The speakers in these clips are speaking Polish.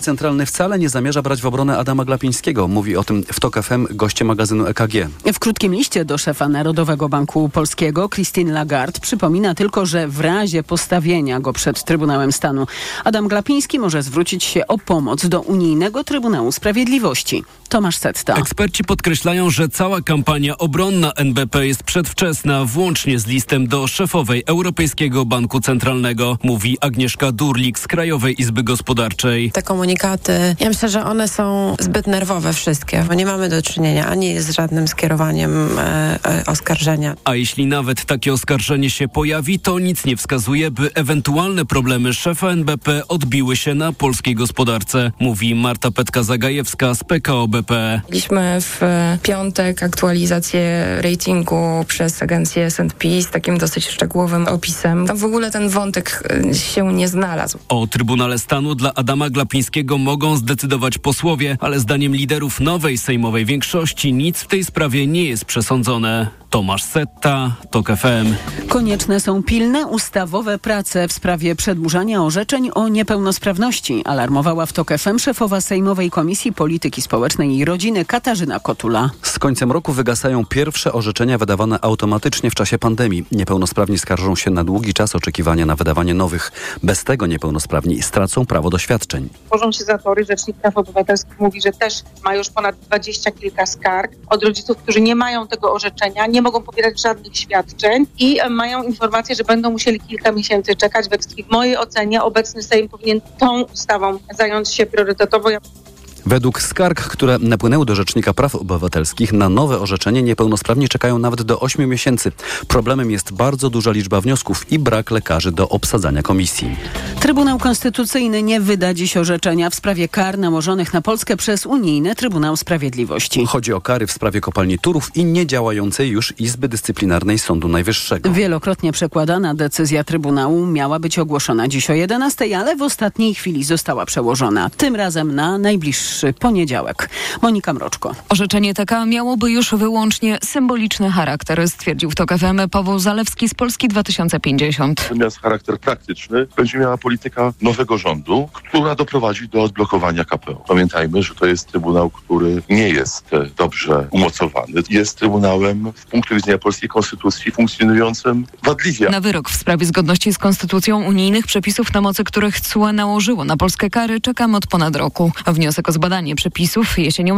Centralny wcale nie zamierza brać w obronę Adama Glapińskiego. Mówi o tym w TOK FM goście magazynu EKG. W krótkim liście do szefa Narodowego Banku Polskiego Christine Lagarde przypomina tylko, że w razie postawienia go przed Trybunałem Stanu Adam Glapiński może zwrócić się o pomoc do Unijnego Trybunału Sprawiedliwości. Tomasz Setta. Eksperci podkreślają, że cała kampania obronna NBP jest przedwczesna, włącznie z listem do szefowej Europejskiego Banku Centralnego, mówi Agnieszka Durlik z Krajowej Izby Gospodarczej. Te komunikaty, ja myślę, że one są zbyt nerwowe wszystkie, bo nie mamy do czynienia ani z żadnym skierowaniem oskarżenia. A jeśli nawet takie oskarżenie się pojawi, to nic nie wskazuje, by ewentualne problemy szefa NBP odbiły się na polskiej gospodarce, mówi Marta Petka-Zagajewska z PKO BP. Mieliśmy w piątek aktualizację ratingu przez agencję S&P z takim dosyć szczegółowym opisem. Tam w ogóle ten wątek się nie znalazł. O Trybunale Stanu dla Adama Glapińskiego mogą zdecydować posłowie, ale zdaniem liderów nowej sejmowej większości nic w tej sprawie nie jest przesądzone. Tomasz Setta, TOK FM. Konieczne są pilne, ustawowe prace w sprawie przedłużania orzeczeń o niepełnosprawności, alarmowała w TOK FM szefowa Sejmowej Komisji Polityki Społecznej i Rodziny Katarzyna Kotula. Z końcem roku wygasają pierwsze orzeczenia wydawane automatycznie w czasie pandemii. Niepełnosprawni skarżą się na długi czas oczekiwania na wydawanie nowych. Bez tego niepełnosprawni stracą prawo do świadczeń. Tworzą się zatory. Rzecznik Praw Obywatelskich mówi, że też ma już ponad 20 kilka skarg od rodziców, którzy nie mają tego orzeczenia, nie mogą pobierać żadnych świadczeń i mają informację, że będą musieli kilka miesięcy czekać. W mojej ocenie obecny Sejm powinien tą ustawą zająć się priorytetowo. Według skarg, które napłynęły do Rzecznika Praw Obywatelskich, na nowe orzeczenie niepełnosprawni czekają nawet do 8 miesięcy. Problemem jest bardzo duża liczba wniosków i brak lekarzy do obsadzania komisji. Trybunał Konstytucyjny nie wyda dziś orzeczenia w sprawie kar nałożonych na Polskę przez Unijny Trybunał Sprawiedliwości. Chodzi o kary w sprawie kopalni Turów i niedziałającej już Izby Dyscyplinarnej Sądu Najwyższego. Wielokrotnie przekładana decyzja Trybunału miała być ogłoszona dziś o 11:00, ale w ostatniej chwili została przełożona. Tym razem na najbliższy poniedziałek. Monika Mroczko. Orzeczenie TK miałoby już wyłącznie symboliczny charakter, stwierdził w TOK FM Paweł Zalewski z Polski 2050. Natomiast charakter praktyczny będzie miała polityka nowego rządu, która doprowadzi do odblokowania KPO. Pamiętajmy, że to jest trybunał, który nie jest dobrze umocowany. Jest trybunałem z punktu widzenia polskiej konstytucji funkcjonującym wadliwie. Na wyrok w sprawie zgodności z konstytucją unijnych przepisów, na mocy których TSUE nałożyło na Polskę kary, czekamy od ponad roku. Wniosek o zbadanie przepisów jesienią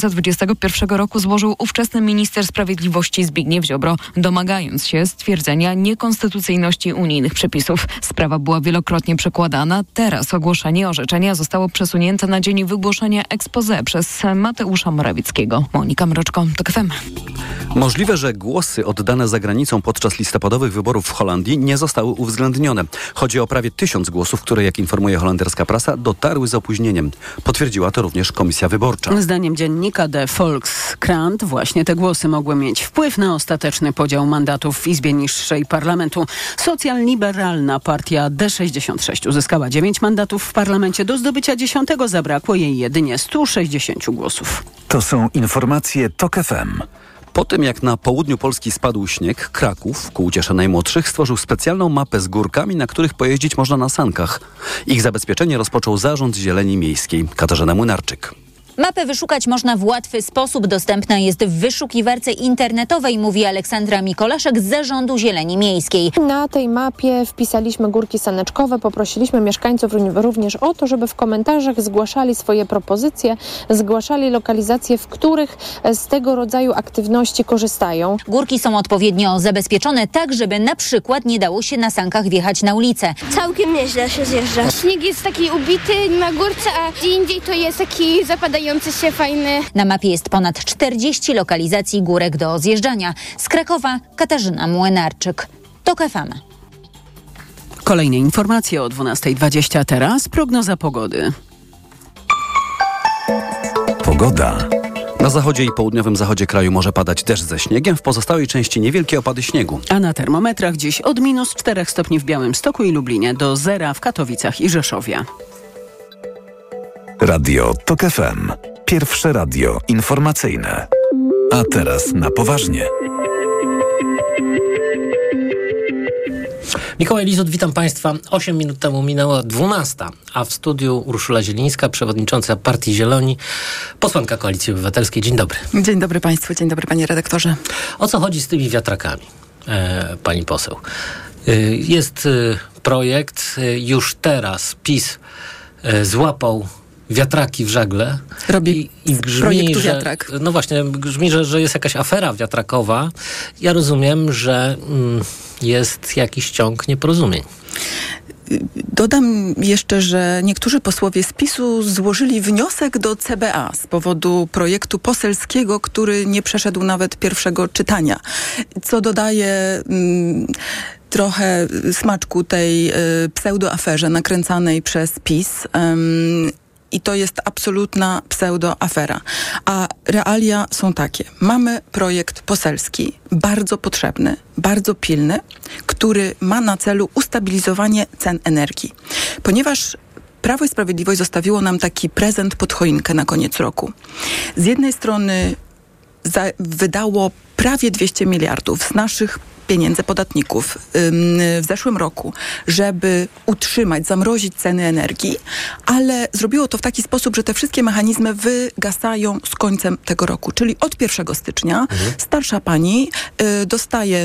2021 roku złożył ówczesny minister sprawiedliwości Zbigniew Ziobro, domagając się stwierdzenia niekonstytucyjności unijnych przepisów. Sprawa była wielokrotnie przekładana. Teraz ogłoszenie orzeczenia zostało przesunięte na dzień wygłoszenia exposé przez Mateusza Morawieckiego. Monika Mroczko, TOK FM. Możliwe, że głosy oddane za granicą podczas listopadowych wyborów w Holandii nie zostały uwzględnione. Chodzi o prawie 1000 głosów, które, jak informuje holenderska prasa, dotarły z opóźnieniem. Potwierdziła to również Komisja Wyborcza. Zdaniem dziennika De Volkskrant właśnie te głosy mogły mieć wpływ na ostateczny podział mandatów w Izbie Niższej Parlamentu. Socjalliberalna partia D66 uzyskała 9 mandatów w parlamencie. Do zdobycia 10 zabrakło jej jedynie 160 głosów. To są informacje TOK FM. Po tym, jak na południu Polski spadł śnieg, Kraków, ku uciesze najmłodszych, stworzył specjalną mapę z górkami, na których pojeździć można na sankach. Ich zabezpieczenie rozpoczął Zarząd Zieleni Miejskiej. Katarzyna Młynarczyk. Mapę wyszukać można w łatwy sposób. Dostępna jest w wyszukiwarce internetowej, mówi Aleksandra Mikolaszek z Zarządu Zieleni Miejskiej. Na tej mapie wpisaliśmy górki saneczkowe. Poprosiliśmy mieszkańców również o to, żeby w komentarzach zgłaszali swoje propozycje, zgłaszali lokalizacje, w których z tego rodzaju aktywności korzystają. Górki są odpowiednio zabezpieczone tak, żeby na przykład nie dało się na sankach wjechać na ulicę. Całkiem nieźle się zjeżdża. Śnieg jest taki ubity na górce, a gdzie indziej to jest taki zapadający się fajny. Na mapie jest ponad 40 lokalizacji górek do zjeżdżania. Z Krakowa Katarzyna Młynarczyk. TOK FM. Kolejne informacje o 12:20. Teraz prognoza pogody. Pogoda. Na zachodzie i południowym zachodzie kraju może padać deszcz ze śniegiem, w pozostałej części niewielkie opady śniegu. A na termometrach dziś od -4 stopni w Białymstoku i Lublinie do 0 w Katowicach i Rzeszowie. Radio TOK FM. Pierwsze radio informacyjne. A teraz na poważnie. Mikołaj Lizut, witam Państwa. 8 minut temu minęła 12, a w studiu Urszula Zielińska, przewodnicząca Partii Zieloni, posłanka Koalicji Obywatelskiej. Dzień dobry. Dzień dobry Państwu, dzień dobry Panie redaktorze. O co chodzi z tymi wiatrakami, pani poseł? Jest projekt, już teraz PiS złapał wiatraki w żagle. Robi i brzmi, projektu że, wiatrak. No właśnie, brzmi, że jest jakaś afera wiatrakowa. Ja rozumiem, że jest jakiś ciąg nieporozumień. Dodam jeszcze, że niektórzy posłowie z PiS-u złożyli wniosek do CBA z powodu projektu poselskiego, który nie przeszedł nawet pierwszego czytania, co dodaje trochę smaczku tej pseudoaferze nakręcanej przez PiS. I to jest absolutna pseudoafera. A realia są takie. Mamy projekt poselski, bardzo potrzebny, bardzo pilny, który ma na celu ustabilizowanie cen energii. Ponieważ Prawo i Sprawiedliwość zostawiło nam taki prezent pod choinkę na koniec roku. Z jednej strony wydało prawie 200 miliardów z naszych pieniędzy podatników w zeszłym roku, żeby utrzymać, zamrozić ceny energii, ale zrobiło to w taki sposób, że te wszystkie mechanizmy wygasają z końcem tego roku. Czyli od 1 stycznia starsza pani dostaje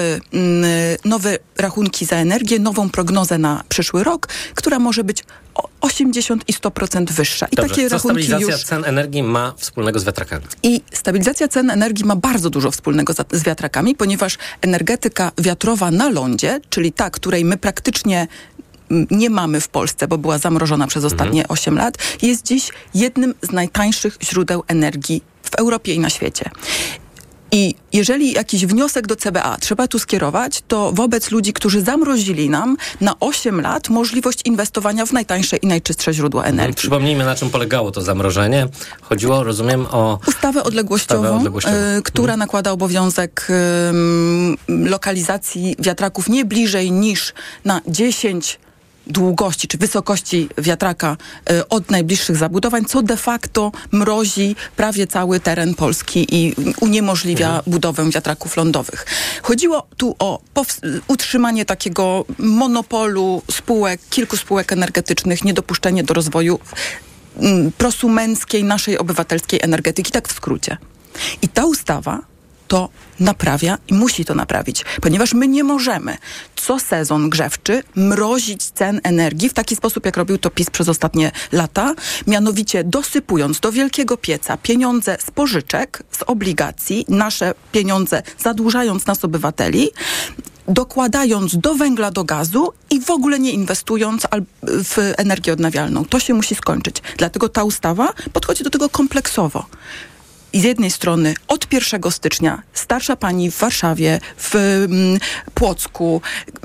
nowe rachunki za energię, nową prognozę na przyszły rok, która może być 80 i 100% wyższa. I dobrze, takie co rachunki stabilizacja cen energii ma wspólnego z wiatrakami? I stabilizacja cen energii ma bardzo dużo wspólnego z wiatrakami, ponieważ energetyka wiatrowa na lądzie, czyli ta, której my praktycznie nie mamy w Polsce, bo była zamrożona przez ostatnie 8 lat, jest dziś jednym z najtańszych źródeł energii w Europie i na świecie. I jeżeli jakiś wniosek do CBA trzeba tu skierować, to wobec ludzi, którzy zamrozili nam na 8 lat możliwość inwestowania w najtańsze i najczystsze źródła energii. Przypomnijmy, na czym polegało to zamrożenie. Chodziło, rozumiem, o ustawę odległościową, która nakłada obowiązek lokalizacji wiatraków nie bliżej niż na 10 długości czy wysokości wiatraka od najbliższych zabudowań, co de facto mrozi prawie cały teren Polski i uniemożliwia budowę wiatraków lądowych. Chodziło tu o utrzymanie takiego monopolu spółek, kilku spółek energetycznych, niedopuszczenie do rozwoju prosumenckiej, naszej obywatelskiej energetyki, tak w skrócie. I ta ustawa to naprawia i musi to naprawić, ponieważ my nie możemy co sezon grzewczy mrozić cen energii w taki sposób, jak robił to PiS przez ostatnie lata, mianowicie dosypując do wielkiego pieca pieniądze z pożyczek, z obligacji, nasze pieniądze zadłużając nas obywateli, dokładając do węgla, do gazu i w ogóle nie inwestując w energię odnawialną. To się musi skończyć. Dlatego ta ustawa podchodzi do tego kompleksowo. I z jednej strony od 1 stycznia starsza pani w Warszawie, w Płocku,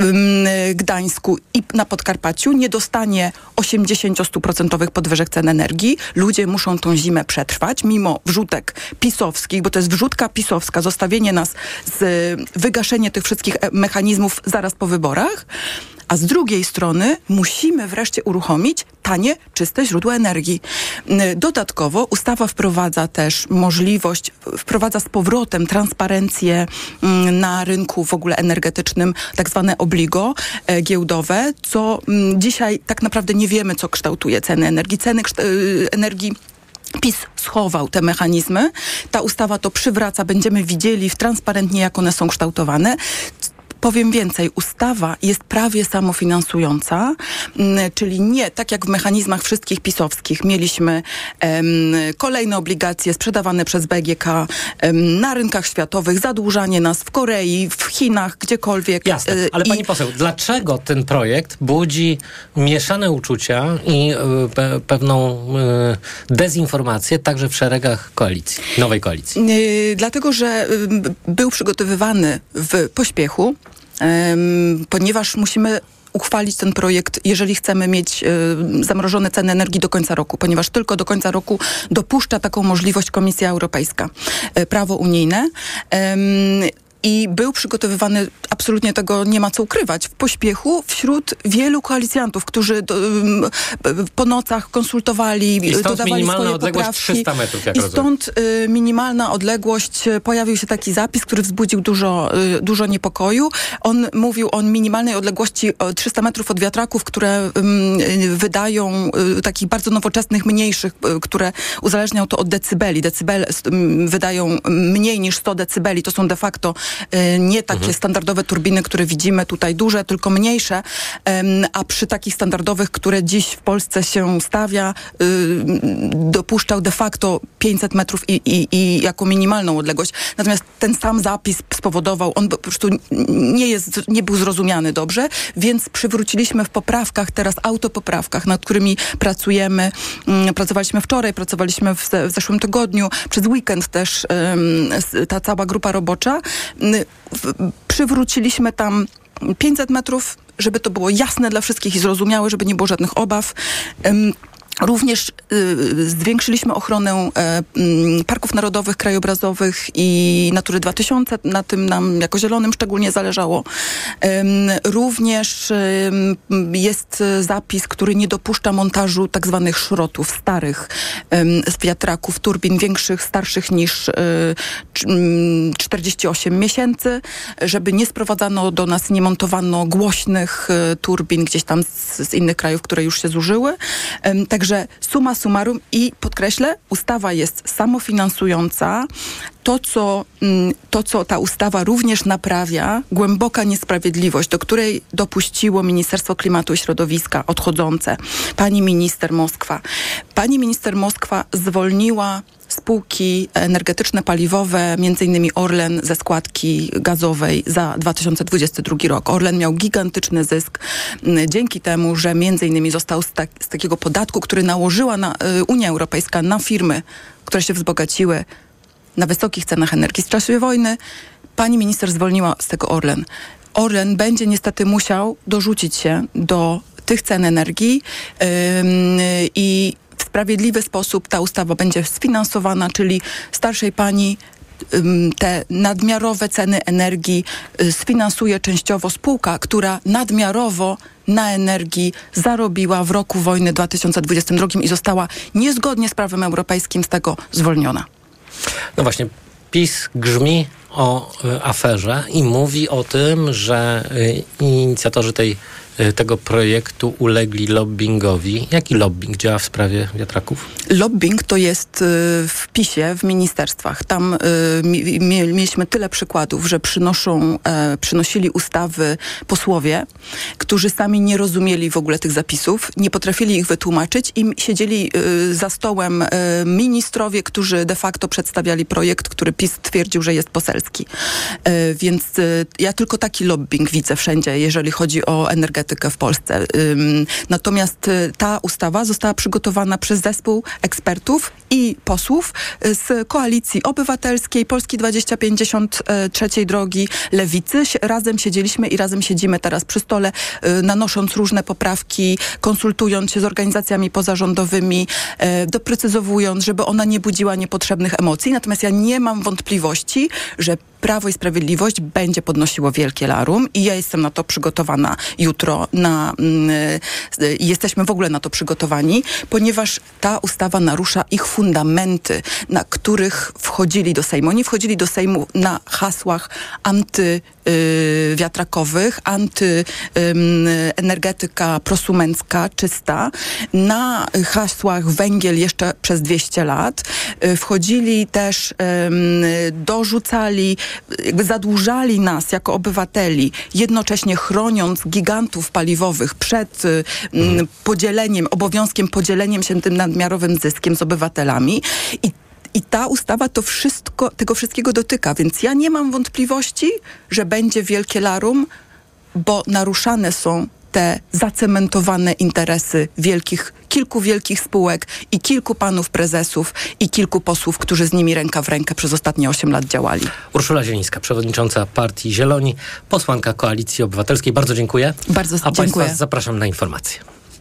Gdańsku i na Podkarpaciu nie dostanie 80-100% podwyżek cen energii. Ludzie muszą tą zimę przetrwać, mimo wrzutek pisowskich, bo to jest wrzutka pisowska, zostawienie nas wygaszenie tych wszystkich mechanizmów zaraz po wyborach. A z drugiej strony musimy wreszcie uruchomić tanie, czyste źródła energii. Dodatkowo ustawa wprowadza też wprowadza z powrotem transparencję na rynku w ogóle energetycznym, tak zwane obligo giełdowe, co dzisiaj tak naprawdę nie wiemy, co kształtuje ceny energii. Ceny energii PiS schował te mechanizmy. Ta ustawa to przywraca. Będziemy widzieli transparentnie, jak one są kształtowane. Powiem więcej, ustawa jest prawie samofinansująca, czyli nie tak jak w mechanizmach wszystkich pisowskich. Mieliśmy kolejne obligacje sprzedawane przez BGK na rynkach światowych, zadłużanie nas w Korei, w Chinach, gdziekolwiek. Jasne, ale pani poseł, dlaczego ten projekt budzi mieszane uczucia i pewną dezinformację także w szeregach koalicji, nowej koalicji? Dlatego, że był przygotowywany w pośpiechu, ponieważ musimy uchwalić ten projekt, jeżeli chcemy mieć zamrożone ceny energii do końca roku, ponieważ tylko do końca roku dopuszcza taką możliwość Komisja Europejska, prawo unijne. I był przygotowywany, absolutnie tego nie ma co ukrywać, w pośpiechu wśród wielu koalicjantów, którzy po nocach konsultowali, I stąd dodawali minimalna swoje odległość poprawki. 300 metrów, jak I rozumiem. stąd minimalna odległość, pojawił się taki zapis, który wzbudził dużo niepokoju. On mówił o minimalnej odległości 300 metrów od wiatraków, które wydają takich bardzo nowoczesnych, mniejszych, które uzależniał to od decybeli. Decybele wydają mniej niż 100 decybeli. To są de facto nie takie standardowe turbiny, które widzimy tutaj duże, tylko mniejsze, a przy takich standardowych, które dziś w Polsce się stawia, dopuszczał de facto 500 metrów i jako minimalną odległość. Natomiast ten sam zapis spowodował, on po prostu nie był zrozumiany dobrze, więc przywróciliśmy w poprawkach, teraz autopoprawkach, nad którymi pracujemy. Pracowaliśmy wczoraj, pracowaliśmy w zeszłym tygodniu, przez weekend też ta cała grupa robocza. Przywróciliśmy tam 500 metrów, żeby to było jasne dla wszystkich i zrozumiałe, żeby nie było żadnych obaw. Również zwiększyliśmy ochronę parków narodowych, krajobrazowych i Natury 2000. Na tym nam jako Zielonym szczególnie zależało. Również jest zapis, który nie dopuszcza montażu tak zwanych szrotów starych wiatraków, turbin większych, starszych niż 48 miesięcy, żeby nie sprowadzano do nas, nie montowano głośnych turbin gdzieś tam z innych krajów, które już się zużyły. Także summa summarum i podkreślę, ustawa jest samofinansująca. To, co ta ustawa również naprawia, głęboka niesprawiedliwość, do której dopuściło Ministerstwo Klimatu i Środowiska odchodzące, pani minister Moskwa. Pani minister Moskwa zwolniła spółki energetyczne, paliwowe, m.in. Orlen ze składki gazowej za 2022 rok. Orlen miał gigantyczny zysk dzięki temu, że m.in. został z takiego podatku, który nałożyła Unia Europejska na firmy, które się wzbogaciły na wysokich cenach energii w czasie wojny. Pani minister zwolniła z tego Orlen. Orlen będzie niestety musiał dorzucić się do tych cen energii i w sprawiedliwy sposób ta ustawa będzie sfinansowana, czyli starszej pani te nadmiarowe ceny energii sfinansuje częściowo spółka, która nadmiarowo na energii zarobiła w roku wojny 2022 i została niezgodnie z prawem europejskim z tego zwolniona. No właśnie, PiS grzmi o aferze i mówi o tym, że inicjatorzy tego projektu ulegli lobbingowi. Jaki lobbying działa w sprawie wiatraków? Lobbying to jest w PiS-ie, w ministerstwach. Tam mieliśmy tyle przykładów, że przynosili ustawy posłowie, którzy sami nie rozumieli w ogóle tych zapisów, nie potrafili ich wytłumaczyć i siedzieli za stołem ministrowie, którzy de facto przedstawiali projekt, który PiS twierdził, że jest poselski. Więc ja tylko taki lobbying widzę wszędzie, jeżeli chodzi o energetykę w Polsce. Natomiast ta ustawa została przygotowana przez zespół ekspertów i posłów z Koalicji Obywatelskiej, Polski 2050, Trzeciej Drogi, Lewicy. Razem siedzieliśmy i razem siedzimy teraz przy stole, nanosząc różne poprawki, konsultując się z organizacjami pozarządowymi, doprecyzowując, żeby ona nie budziła niepotrzebnych emocji. Natomiast ja nie mam wątpliwości, że Prawo i Sprawiedliwość będzie podnosiło wielkie larum i ja jestem na to przygotowana jutro i jesteśmy w ogóle na to przygotowani, ponieważ ta ustawa narusza ich fundamenty, na których wchodzili do Sejmu. Oni wchodzili do Sejmu na hasłach antywiatrakowych, antyenergetyka prosumencka, czysta, na hasłach węgiel jeszcze przez 200 lat. Wchodzili też, dorzucali, jakby zadłużali nas jako obywateli, jednocześnie chroniąc gigantów paliwowych przed obowiązkiem podzieleniem się tym nadmiarowym zyskiem z obywatelami. I ta ustawa tego wszystkiego dotyka, więc ja nie mam wątpliwości, że będzie wielkie larum, bo naruszane są te zacementowane interesy kilku wielkich spółek i kilku panów prezesów i kilku posłów, którzy z nimi ręka w rękę przez ostatnie 8 lat działali. Urszula Zielińska, przewodnicząca partii Zieloni, posłanka Koalicji Obywatelskiej. Bardzo dziękuję. Bardzo dziękuję. Państwa zapraszam na informacje.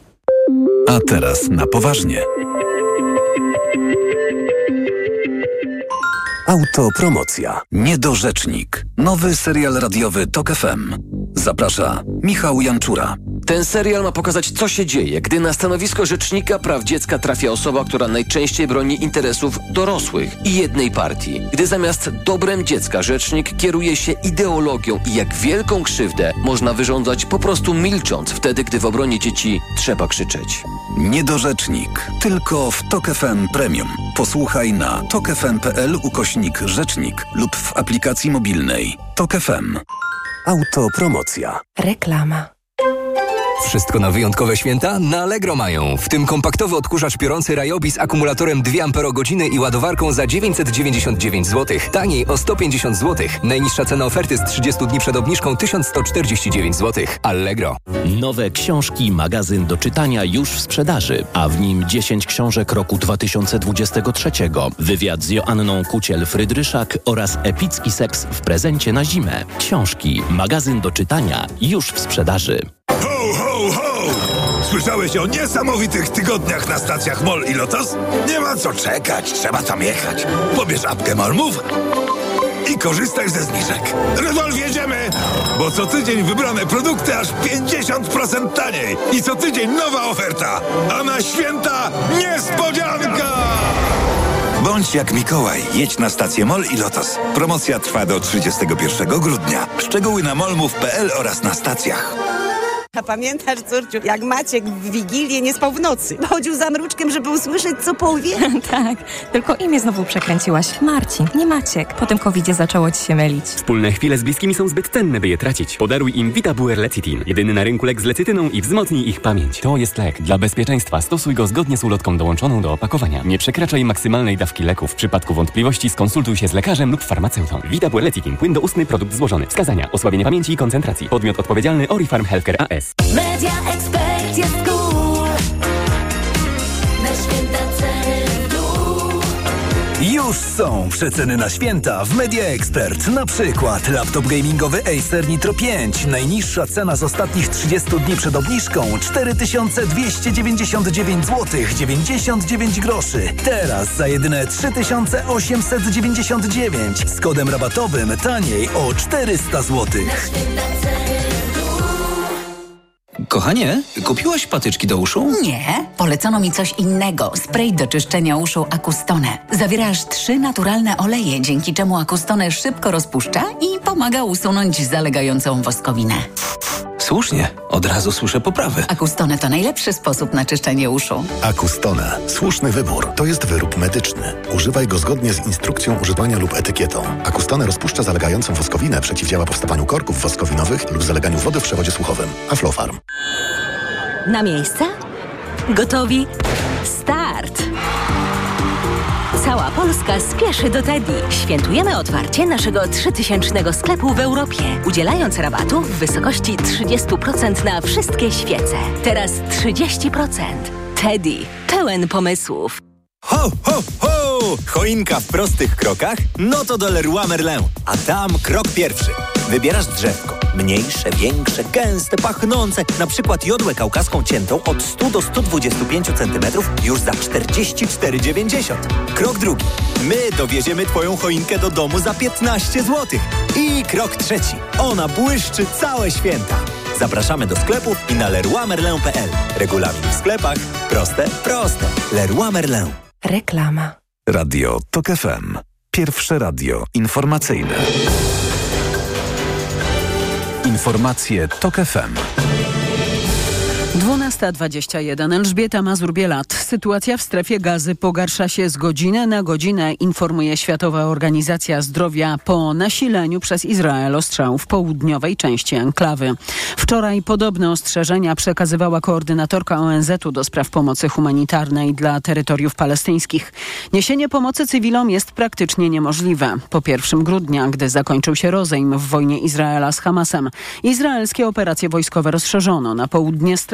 A teraz na poważnie. Autopromocja. Niedorzecznik. Nowy serial radiowy TOK FM. Zaprasza Michał Janczura. Ten serial ma pokazać, co się dzieje, gdy na stanowisko rzecznika praw dziecka trafia osoba, która najczęściej broni interesów dorosłych i jednej partii. Gdy zamiast dobrem dziecka rzecznik kieruje się ideologią i jak wielką krzywdę można wyrządzać po prostu milcząc wtedy, gdy w obronie dzieci trzeba krzyczeć. Niedorzecznik. Tylko w TOK FM Premium. Posłuchaj na tokfm.pl/rzecznik lub w aplikacji mobilnej. TOK FM. Autopromocja. Reklama. Wszystko na wyjątkowe święta na Allegro mają. W tym kompaktowy odkurzacz piorący Ryobi z akumulatorem 2 Ah i ładowarką za 999 zł. Taniej o 150 zł. Najniższa cena oferty z 30 dni przed obniżką 1149 zł. Allegro. Nowe książki, magazyn do czytania już w sprzedaży, a w nim 10 książek roku 2023. Wywiad z Joanną Kuciel-Frydryszak oraz epicki seks w prezencie na zimę. Książki, magazyn do czytania już w sprzedaży. Ho, ho, ho! Słyszałeś o niesamowitych tygodniach na stacjach MOL i Lotos? Nie ma co czekać, trzeba tam jechać. Pobierz apkę MOL Move i korzystaj ze zniżek. Rydolf, jedziemy! Bo co tydzień wybrane produkty aż 50% taniej. I co tydzień nowa oferta. A na święta niespodzianka! Bądź jak Mikołaj. Jedź na stację MOL i Lotos. Promocja trwa do 31 grudnia. Szczegóły na molmove.pl oraz na stacjach. A pamiętasz, córciu, jak Maciek w Wigilię nie spał w nocy? Chodził za mruczkiem, żeby usłyszeć, co powie. Tak, tylko imię znowu przekręciłaś. Marcin, nie Maciek. Po tym covidzie zaczęło ci się mylić. Wspólne chwile z bliskimi są zbyt cenne, by je tracić. Podaruj im Vitabuer Lecitin. Jedyny na rynku lek z lecytyną i wzmocnij ich pamięć. To jest lek. Dla bezpieczeństwa stosuj go zgodnie z ulotką dołączoną do opakowania. Nie przekraczaj maksymalnej dawki leku. W przypadku wątpliwości skonsultuj się z lekarzem lub farmaceutą. Vitabuer Lecitin. Płyn doustny, produkt złożony. Wskazania: osłabienie pamięci i koncentracji. Podmiot odpowiedzialny Orifarm Healthcare AS. Media Expert jest cool. Na święta ceny w dół. Już są przeceny na święta w Media Expert. Na przykład laptop gamingowy Acer Nitro 5. Najniższa cena z ostatnich 30 dni przed obniżką 4299 zł 99 groszy. Teraz za jedyne 3899 z kodem rabatowym taniej o 400 zł. Kochanie, kupiłaś patyczki do uszu? Nie, polecono mi coś innego. Spray do czyszczenia uszu Acustone. Zawiera aż 3 naturalne oleje, dzięki czemu Acustone szybko rozpuszcza i pomaga usunąć zalegającą woskowinę. Słusznie, od razu słyszę poprawy. Acustone to najlepszy sposób na czyszczenie uszu. Acustone. Słuszny wybór. To jest wyrób medyczny. Używaj go zgodnie z instrukcją używania lub etykietą. Acustone rozpuszcza zalegającą woskowinę, przeciwdziała powstawaniu korków woskowinowych lub zaleganiu wody w przewodzie słuchowym. Aflofarm. Na miejsce? Gotowi? Start! Cała Polska spieszy do Teddy. Świętujemy otwarcie naszego 3000 sklepu w Europie, udzielając rabatu w wysokości 30% na wszystkie świece. Teraz 30%. Teddy. Pełen pomysłów. Ho, ho, ho! Choinka w prostych krokach? No to do Leroy Merlin. A tam krok pierwszy. Wybierasz drzewko. Mniejsze, większe, gęste, pachnące. Na przykład jodłę kaukaską ciętą od 100 do 125 cm już za 44,90. Krok drugi. My dowieziemy Twoją choinkę do domu za 15 zł. I krok trzeci. Ona błyszczy całe święta. Zapraszamy do sklepów i na leroymerlin.pl. Regulamin w sklepach. Proste, proste. Leroy Merlin. Reklama. Radio TOK FM. Pierwsze radio informacyjne. Informacje TOK FM. 12:21. Elżbieta Mazur-Bielat. Sytuacja w strefie Gazy pogarsza się z godziny na godzinę, informuje Światowa Organizacja Zdrowia po nasileniu przez Izrael ostrzałów w południowej części enklawy. Wczoraj podobne ostrzeżenia przekazywała koordynatorka ONZ-u do spraw pomocy humanitarnej dla terytoriów palestyńskich. Niesienie pomocy cywilom jest praktycznie niemożliwe. Po 1 grudnia, gdy zakończył się rozejm w wojnie Izraela z Hamasem, izraelskie operacje wojskowe rozszerzono na południe strefy,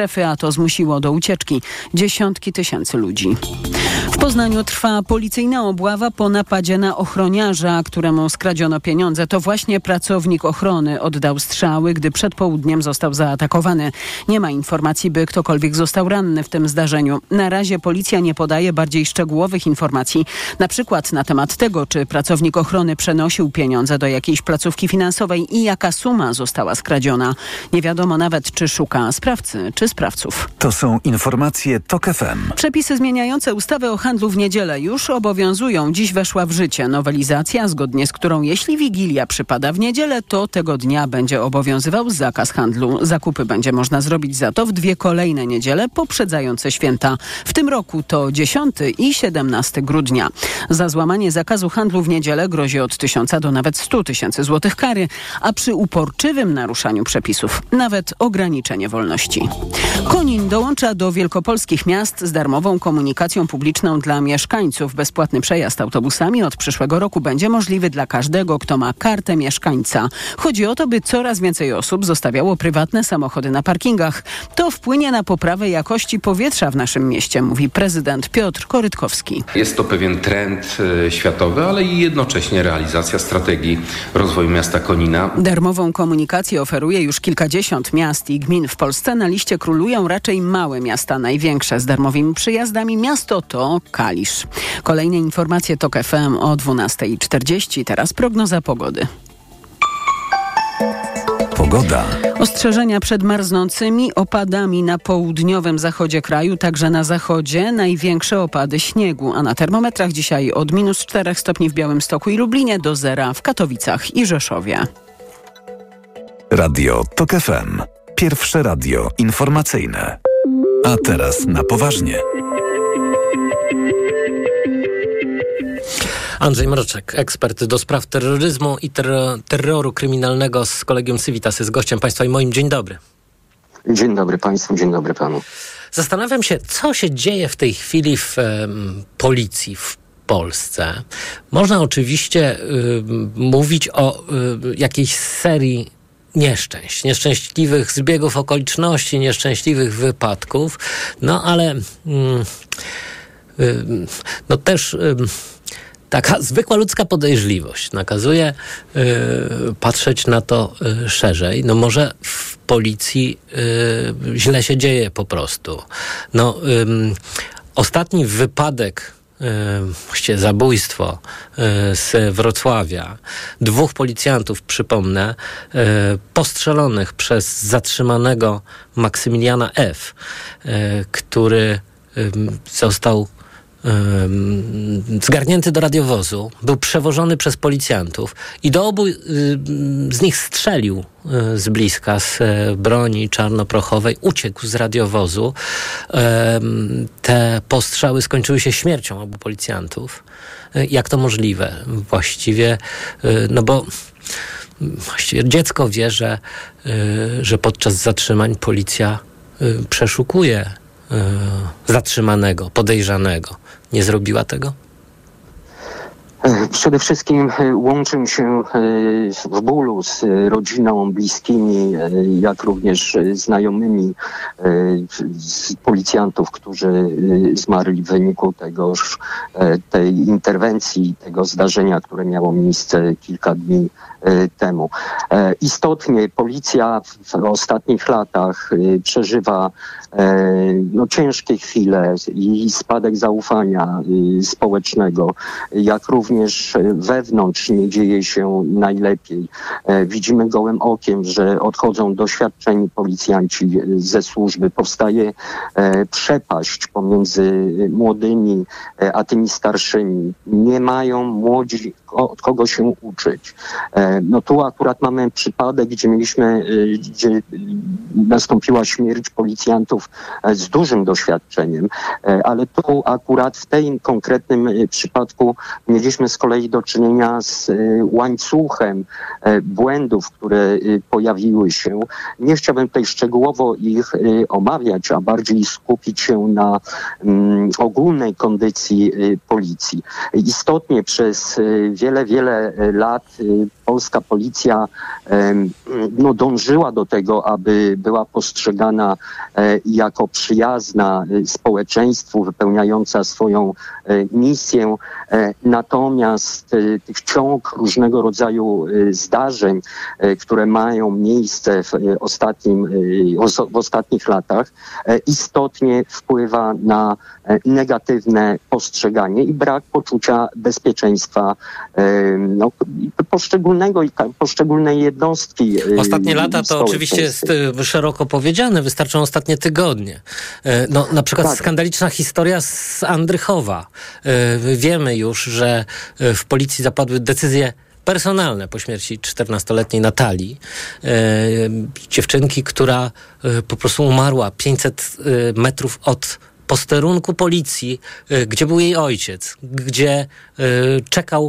strefy, a to zmusiło do ucieczki dziesiątki tysięcy ludzi. W Poznaniu trwa policyjna obława po napadzie na ochroniarza, któremu skradziono pieniądze. To właśnie pracownik ochrony oddał strzały, gdy przed południem został zaatakowany. Nie ma informacji, by ktokolwiek został ranny w tym zdarzeniu. Na razie policja nie podaje bardziej szczegółowych informacji, na przykład na temat tego, czy pracownik ochrony przenosił pieniądze do jakiejś placówki finansowej i jaka suma została skradziona. Nie wiadomo nawet, czy szuka sprawcy, czy sprawców. To są informacje TOK FM. Przepisy zmieniające ustawę o handlu w niedzielę już obowiązują. Dziś weszła w życie nowelizacja, zgodnie z którą jeśli Wigilia przypada w niedzielę, to tego dnia będzie obowiązywał zakaz handlu. Zakupy będzie można zrobić za to w 2 kolejne niedziele poprzedzające święta. W tym roku to 10 i 17 grudnia. Za złamanie zakazu handlu w niedzielę grozi od 1000 do nawet 100 tysięcy złotych kary, a przy uporczywym naruszaniu przepisów nawet ograniczenie wolności. Konin dołącza do wielkopolskich miast z darmową komunikacją publiczną dla mieszkańców. Bezpłatny przejazd autobusami od przyszłego roku będzie możliwy dla każdego, kto ma kartę mieszkańca. Chodzi o to, by coraz więcej osób zostawiało prywatne samochody na parkingach. To wpłynie na poprawę jakości powietrza w naszym mieście, mówi prezydent Piotr Korytkowski. Jest to pewien trend światowy, ale i jednocześnie realizacja strategii rozwoju miasta Konina. Darmową komunikację oferuje już kilkadziesiąt miast i gmin w Polsce. Na liście królują raczej małe miasta. Największe z darmowymi przyjazdami miasto to Kalisz. Kolejne informacje TOK FM o 12:40. Teraz prognoza pogody. Pogoda. Ostrzeżenia przed marznącymi opadami na południowym zachodzie kraju, także na zachodzie największe opady śniegu, a na termometrach dzisiaj od -4 stopni w Białymstoku i Lublinie do 0 w Katowicach i Rzeszowie. Radio TOK FM. Pierwsze radio informacyjne. A teraz na poważnie. Andrzej Mroczek, ekspert do spraw terroryzmu i terroru kryminalnego z Kolegium Civitas, jest gościem państwa i moim. Dzień dobry. Dzień dobry państwu, dzień dobry panu. Zastanawiam się, co się dzieje w tej chwili w policji w Polsce. Można oczywiście mówić o jakiejś serii nieszczęśliwych zbiegów okoliczności, nieszczęśliwych wypadków, no ale no też taka zwykła ludzka podejrzliwość nakazuje patrzeć na to szerzej. No może w policji źle się dzieje po prostu. No ostatni wypadek, właściwie zabójstwo z Wrocławia. 2 policjantów, przypomnę, postrzelonych przez zatrzymanego Maksymiliana F., który został zgarnięty do radiowozu, był przewożony przez policjantów i do obu z nich strzelił z bliska, z broni czarnoprochowej, uciekł z radiowozu. Te postrzały skończyły się śmiercią obu policjantów. Jak to możliwe? Właściwie, no bo właściwie dziecko wie, że podczas zatrzymań policja przeszukuje zatrzymanego, podejrzanego. Nie zrobiła tego? Przede wszystkim łączę się w bólu z rodziną, bliskimi, jak również znajomymi z policjantów, którzy zmarli w wyniku tej interwencji, tego zdarzenia, które miało miejsce kilka dni temu. Istotnie policja w ostatnich latach przeżywa ciężkie chwile i spadek zaufania społecznego, jak również wewnątrz nie dzieje się najlepiej. Widzimy gołym okiem, że odchodzą doświadczeni policjanci ze służby. Powstaje przepaść pomiędzy młodymi a tymi starszymi. Nie mają młodzi od kogo się uczyć. No tu akurat mamy przypadek, gdzie nastąpiła śmierć policjantów z dużym doświadczeniem, ale tu akurat w tym konkretnym przypadku mieliśmy z kolei do czynienia z łańcuchem błędów, które pojawiły się. Nie chciałbym tutaj szczegółowo ich omawiać, a bardziej skupić się na ogólnej kondycji policji. Istotnie przez wiele lat polska policja dążyła do tego, aby była postrzegana jako przyjazna społeczeństwu, wypełniająca swoją misję. Natomiast tych ciąg różnego rodzaju zdarzeń, które mają miejsce w ostatnich latach, istotnie wpływa na negatywne postrzeganie i brak poczucia bezpieczeństwa poszczególnej jednostki. Ostatnie lata to oczywiście jest szeroko powiedziane, wystarczą ostatnie tygodnie. Na przykład skandaliczna historia z Andrychowa. Wiemy już, że w policji zapadły decyzje personalne po śmierci 14-letniej Natalii. Dziewczynki, która po prostu umarła 500 metrów od posterunku policji, gdzie był jej ojciec, gdzie czekał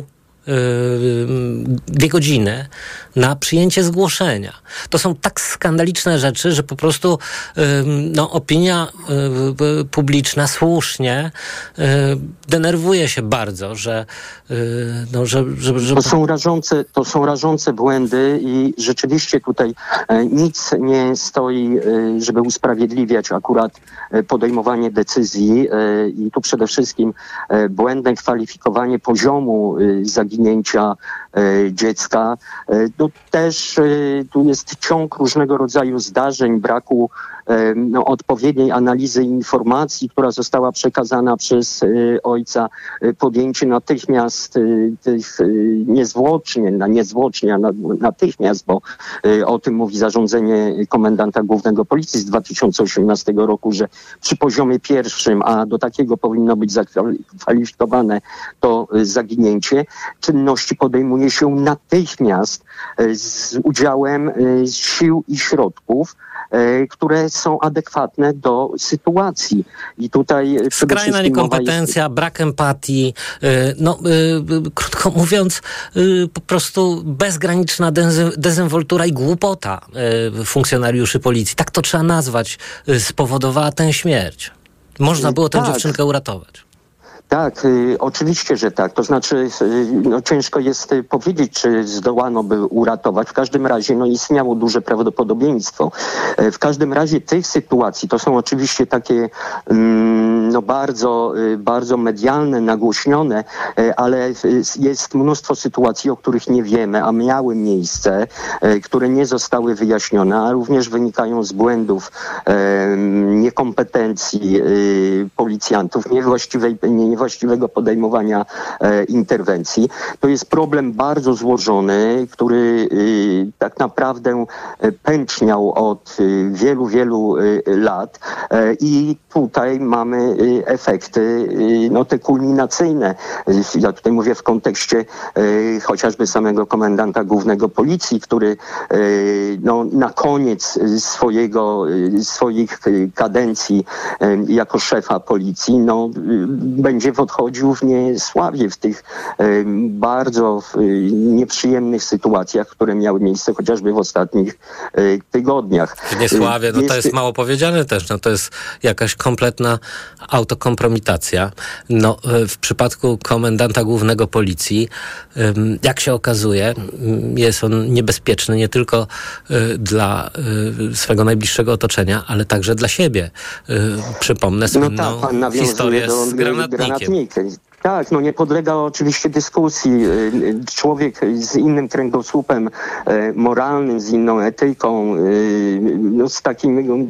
2 godziny na przyjęcie zgłoszenia. To są tak skandaliczne rzeczy, że po prostu opinia publiczna słusznie denerwuje się bardzo, że To są rażące błędy i rzeczywiście tutaj nic nie stoi, żeby usprawiedliwiać akurat podejmowanie decyzji i tu przede wszystkim błędne kwalifikowanie poziomu zaginięcia dziecka. Też tu jest ciąg różnego rodzaju zdarzeń, braku odpowiedniej analizy informacji, która została przekazana przez ojca, podjęcie natychmiast natychmiast, bo o tym mówi zarządzenie komendanta głównego policji z 2018 roku, że przy poziomie pierwszym, a do takiego powinno być zakwalifikowane to zaginięcie, czynności podejmuje się natychmiast z udziałem sił i środków, które są adekwatne do sytuacji. I tutaj skrajna niekompetencja, brak empatii, krótko mówiąc, po prostu bezgraniczna dezynwoltura i głupota funkcjonariuszy policji. Tak to trzeba nazwać, spowodowała tę śmierć. Można było tę dziewczynkę uratować. Tak, oczywiście, że tak. To znaczy, ciężko jest powiedzieć, czy zdołano by uratować. W każdym razie, istniało duże prawdopodobieństwo. W każdym razie tych sytuacji, to są oczywiście takie, bardzo, bardzo medialne, nagłośnione, ale jest mnóstwo sytuacji, o których nie wiemy, a miały miejsce, które nie zostały wyjaśnione, a również wynikają z błędów, niekompetencji policjantów, niewłaściwego podejmowania interwencji. To jest problem bardzo złożony, który tak naprawdę pęczniał od wielu, wielu lat i tutaj mamy efekty te kulminacyjne. Ja tutaj mówię w kontekście chociażby samego komendanta głównego policji, który na koniec swoich kadencji jako szefa policji będzie odchodził w niesławie w tych bardzo nieprzyjemnych sytuacjach, które miały miejsce chociażby w ostatnich tygodniach. W niesławie, to jest mało powiedziane też, to jest jakaś kompletna autokompromitacja. W przypadku komendanta głównego policji, jak się okazuje, jest on niebezpieczny nie tylko dla swego najbliższego otoczenia, ale także dla siebie. Przypomnę słynną historię z granatnikiem. Tak, nie podlega oczywiście dyskusji. Człowiek z innym kręgosłupem moralnym, z inną etyką, z takim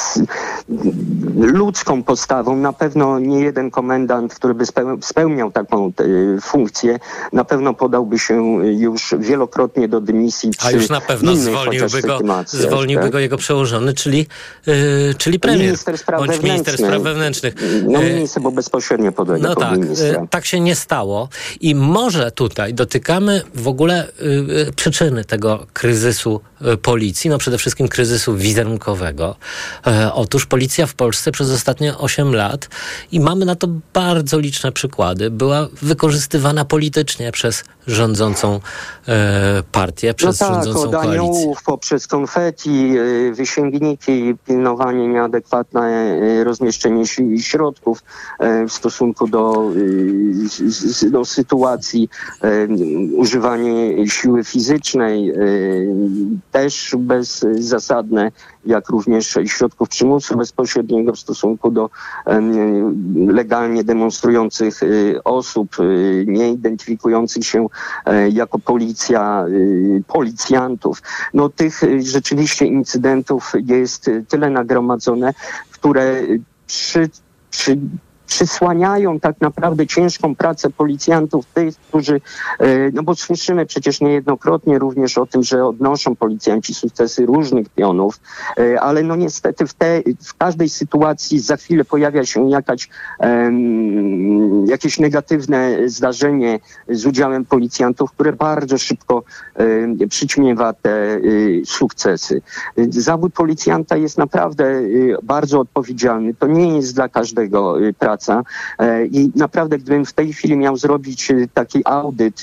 ludzką postawą, na pewno nie jeden komendant, który by spełniał taką funkcję, na pewno podałby się już wielokrotnie do dymisji. A już na pewno zwolniłby go jego przełożony, czyli premier. Minister spraw wewnętrznych. Minister, bo bezpośrednio podlega pod ministra. Tak się nie stało i może tutaj dotykamy w ogóle przyczyny tego kryzysu policji, przede wszystkim kryzysu wizerunkowego. Otóż policja w Polsce przez ostatnie 8 lat i mamy na to bardzo liczne przykłady, była wykorzystywana politycznie przez rządzącą partię, przez rządzącą koalicję. Aniołów, poprzez konfeti, wysięgniki, pilnowanie, nieadekwatne rozmieszczenie środków w stosunku do sytuacji, używanie siły fizycznej, też bezzasadne, jak również środków przymusu bezpośredniego w stosunku do legalnie demonstrujących osób, nie identyfikujących się jako policja, policjantów. No tych rzeczywiście incydentów jest tyle nagromadzone, które przysłaniają tak naprawdę ciężką pracę policjantów, tych, którzy, no bo słyszymy przecież niejednokrotnie również o tym, że odnoszą policjanci sukcesy różnych pionów, ale no niestety w każdej sytuacji za chwilę pojawia się jakieś negatywne zdarzenie z udziałem policjantów, które bardzo szybko przyćmiewa te sukcesy. Zawód policjanta jest naprawdę bardzo odpowiedzialny. To nie jest dla każdego praca. I naprawdę, gdybym w tej chwili miał zrobić taki audyt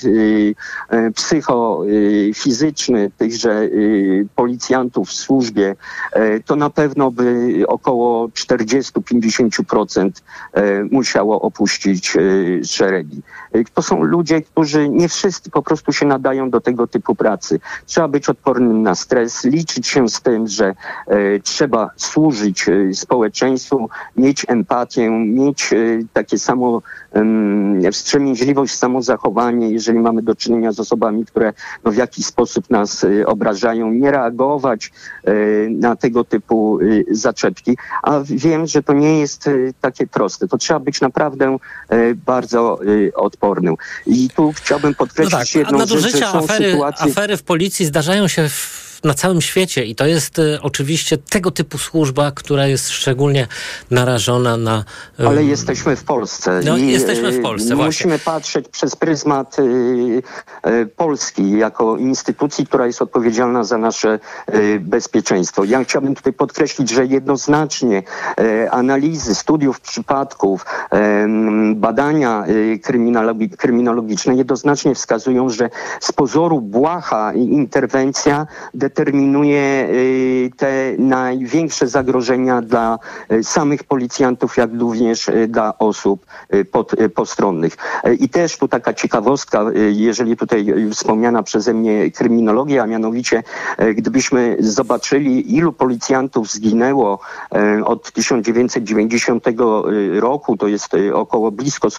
psychofizyczny tychże policjantów w służbie, to na pewno by około 40-50% musiało opuścić szeregi. To są ludzie, którzy nie wszyscy po prostu się nadają do tego typu pracy. Trzeba być odpornym na stres, liczyć się z tym, że trzeba służyć społeczeństwu, mieć empatię, mieć takie samo wstrzemięźliwość, samozachowanie, jeżeli mamy do czynienia z osobami, które w jakiś sposób nas obrażają, nie reagować na tego typu zaczepki. A wiem, że to nie jest takie proste. To trzeba być naprawdę bardzo odpornym. I tu chciałbym podkreślić jedną rzecz, że są sytuacje... Afery w policji zdarzają się na całym świecie i to jest oczywiście tego typu służba, która jest szczególnie narażona na... Ale jesteśmy w Polsce. No, jesteśmy w Polsce, musimy właśnie. patrzeć przez pryzmat Polski jako instytucji, która jest odpowiedzialna za nasze bezpieczeństwo. Ja chciałbym tutaj podkreślić, że jednoznacznie analizy, studiów przypadków, badania kryminologiczne jednoznacznie wskazują, że z pozoru błaha interwencja determinuje te największe zagrożenia dla samych policjantów, jak również dla osób postronnych. I też tu taka ciekawostka, jeżeli tutaj wspomniana przeze mnie kryminologia, a mianowicie gdybyśmy zobaczyli, ilu policjantów zginęło od 1990 roku, to jest około blisko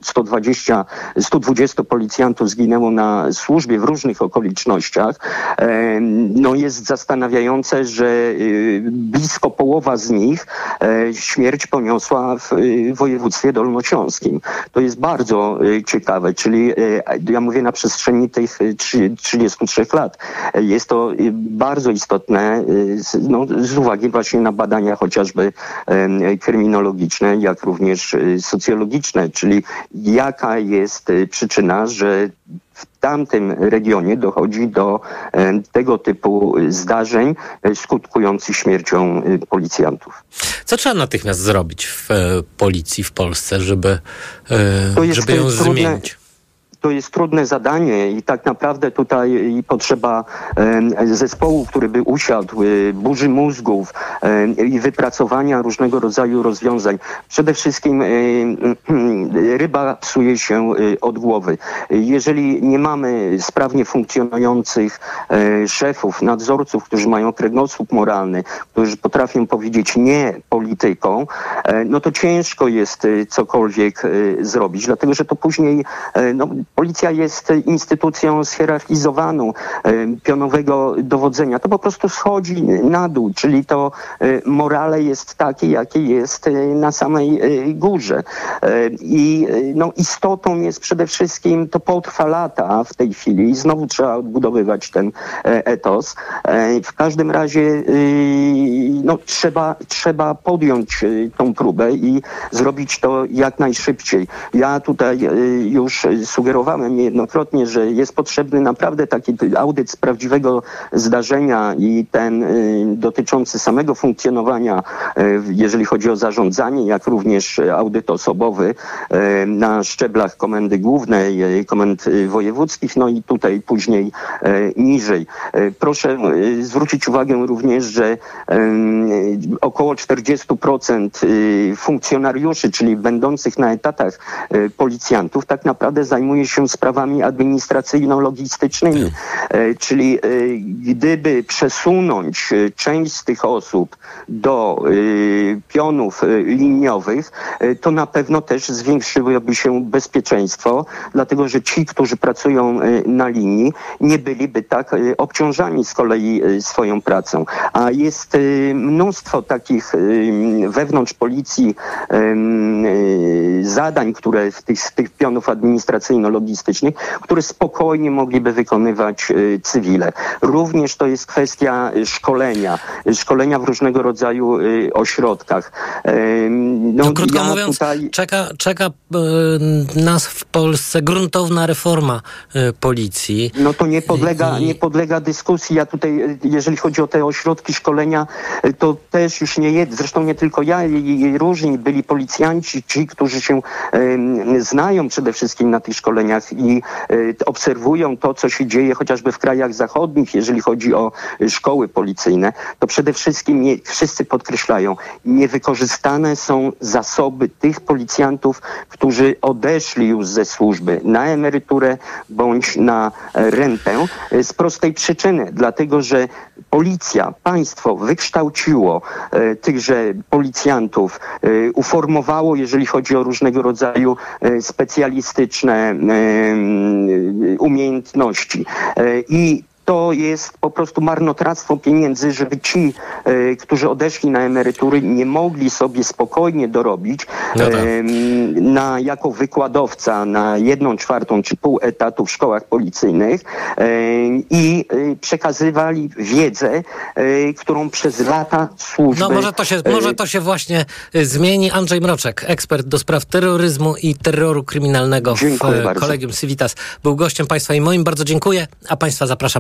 120 policjantów zginęło na służbie w różnych okolicznościach. No jest zastanawiające, że blisko połowa z nich śmierć poniosła w województwie dolnośląskim. To jest bardzo ciekawe, czyli ja mówię na przestrzeni tych 33 lat. Jest to bardzo istotne z uwagi właśnie na badania chociażby kryminologiczne, jak również socjologiczne, czyli jaka jest przyczyna, że w tamtym regionie dochodzi do tego typu zdarzeń skutkujących śmiercią policjantów. Co trzeba natychmiast zrobić w policji w Polsce, żeby ją zmienić? To jest trudne zadanie i tak naprawdę tutaj potrzeba zespołu, który by usiadł, burzy mózgów i wypracowania różnego rodzaju rozwiązań. Przede wszystkim ryba psuje się od głowy. Jeżeli nie mamy sprawnie funkcjonujących szefów, nadzorców, którzy mają kręgosłup moralny, którzy potrafią powiedzieć nie politykom, no to ciężko jest cokolwiek zrobić, dlatego że to później policja jest instytucją zhierarchizowaną, pionowego dowodzenia. To po prostu schodzi na dół, czyli to morale jest takie, jakie jest na samej górze. I istotą jest przede wszystkim, to potrwa lata w tej chwili i znowu trzeba odbudowywać ten etos. W każdym razie trzeba podjąć tą próbę i zrobić to jak najszybciej. Ja tutaj już sugerowałem sugerowałem niejednokrotnie, że jest potrzebny naprawdę taki audyt z prawdziwego zdarzenia i ten dotyczący samego funkcjonowania, jeżeli chodzi o zarządzanie, jak również audyt osobowy na szczeblach Komendy Głównej, komend wojewódzkich, no i tutaj później niżej. Proszę zwrócić uwagę również, że około 40% funkcjonariuszy, czyli będących na etatach policjantów, tak naprawdę zajmuje się sprawami administracyjno-logistycznymi. Czyli gdyby przesunąć część z tych osób do pionów liniowych, to na pewno też zwiększyłoby się bezpieczeństwo, dlatego że ci, którzy pracują na linii, nie byliby tak obciążani z kolei swoją pracą. A jest mnóstwo takich wewnątrz policji zadań, które z tych pionów administracyjno-logistycznych, które spokojnie mogliby wykonywać cywile. Również to jest kwestia szkolenia w różnego rodzaju ośrodkach. Krótko mówiąc, czeka nas w Polsce gruntowna reforma policji. No to nie podlega dyskusji. Ja tutaj, jeżeli chodzi o te ośrodki szkolenia, to też już zresztą nie tylko ja, i różni byli policjanci, ci, którzy się znają przede wszystkim na tych szkoleniach i obserwują to, co się dzieje chociażby w krajach zachodnich, jeżeli chodzi o szkoły policyjne, to przede wszystkim wszyscy podkreślają, niewykorzystane są zasoby tych policjantów, którzy odeszli już ze służby na emeryturę bądź na rentę z prostej przyczyny, dlatego że policja, państwo wykształciło tychże policjantów, uformowało, jeżeli chodzi o różnego rodzaju specjalistyczne umiejętności. I to jest po prostu marnotrawstwo pieniędzy, żeby ci, którzy odeszli na emerytury, nie mogli sobie spokojnie dorobić jako wykładowca na 1/4 czy pół etatu w szkołach policyjnych i przekazywali wiedzę, którą przez lata służby... No może to się właśnie zmieni. Andrzej Mroczek, ekspert do spraw terroryzmu i terroru kryminalnego w Collegium Civitas, był gościem Państwa i moim. Bardzo dziękuję, a Państwa zapraszam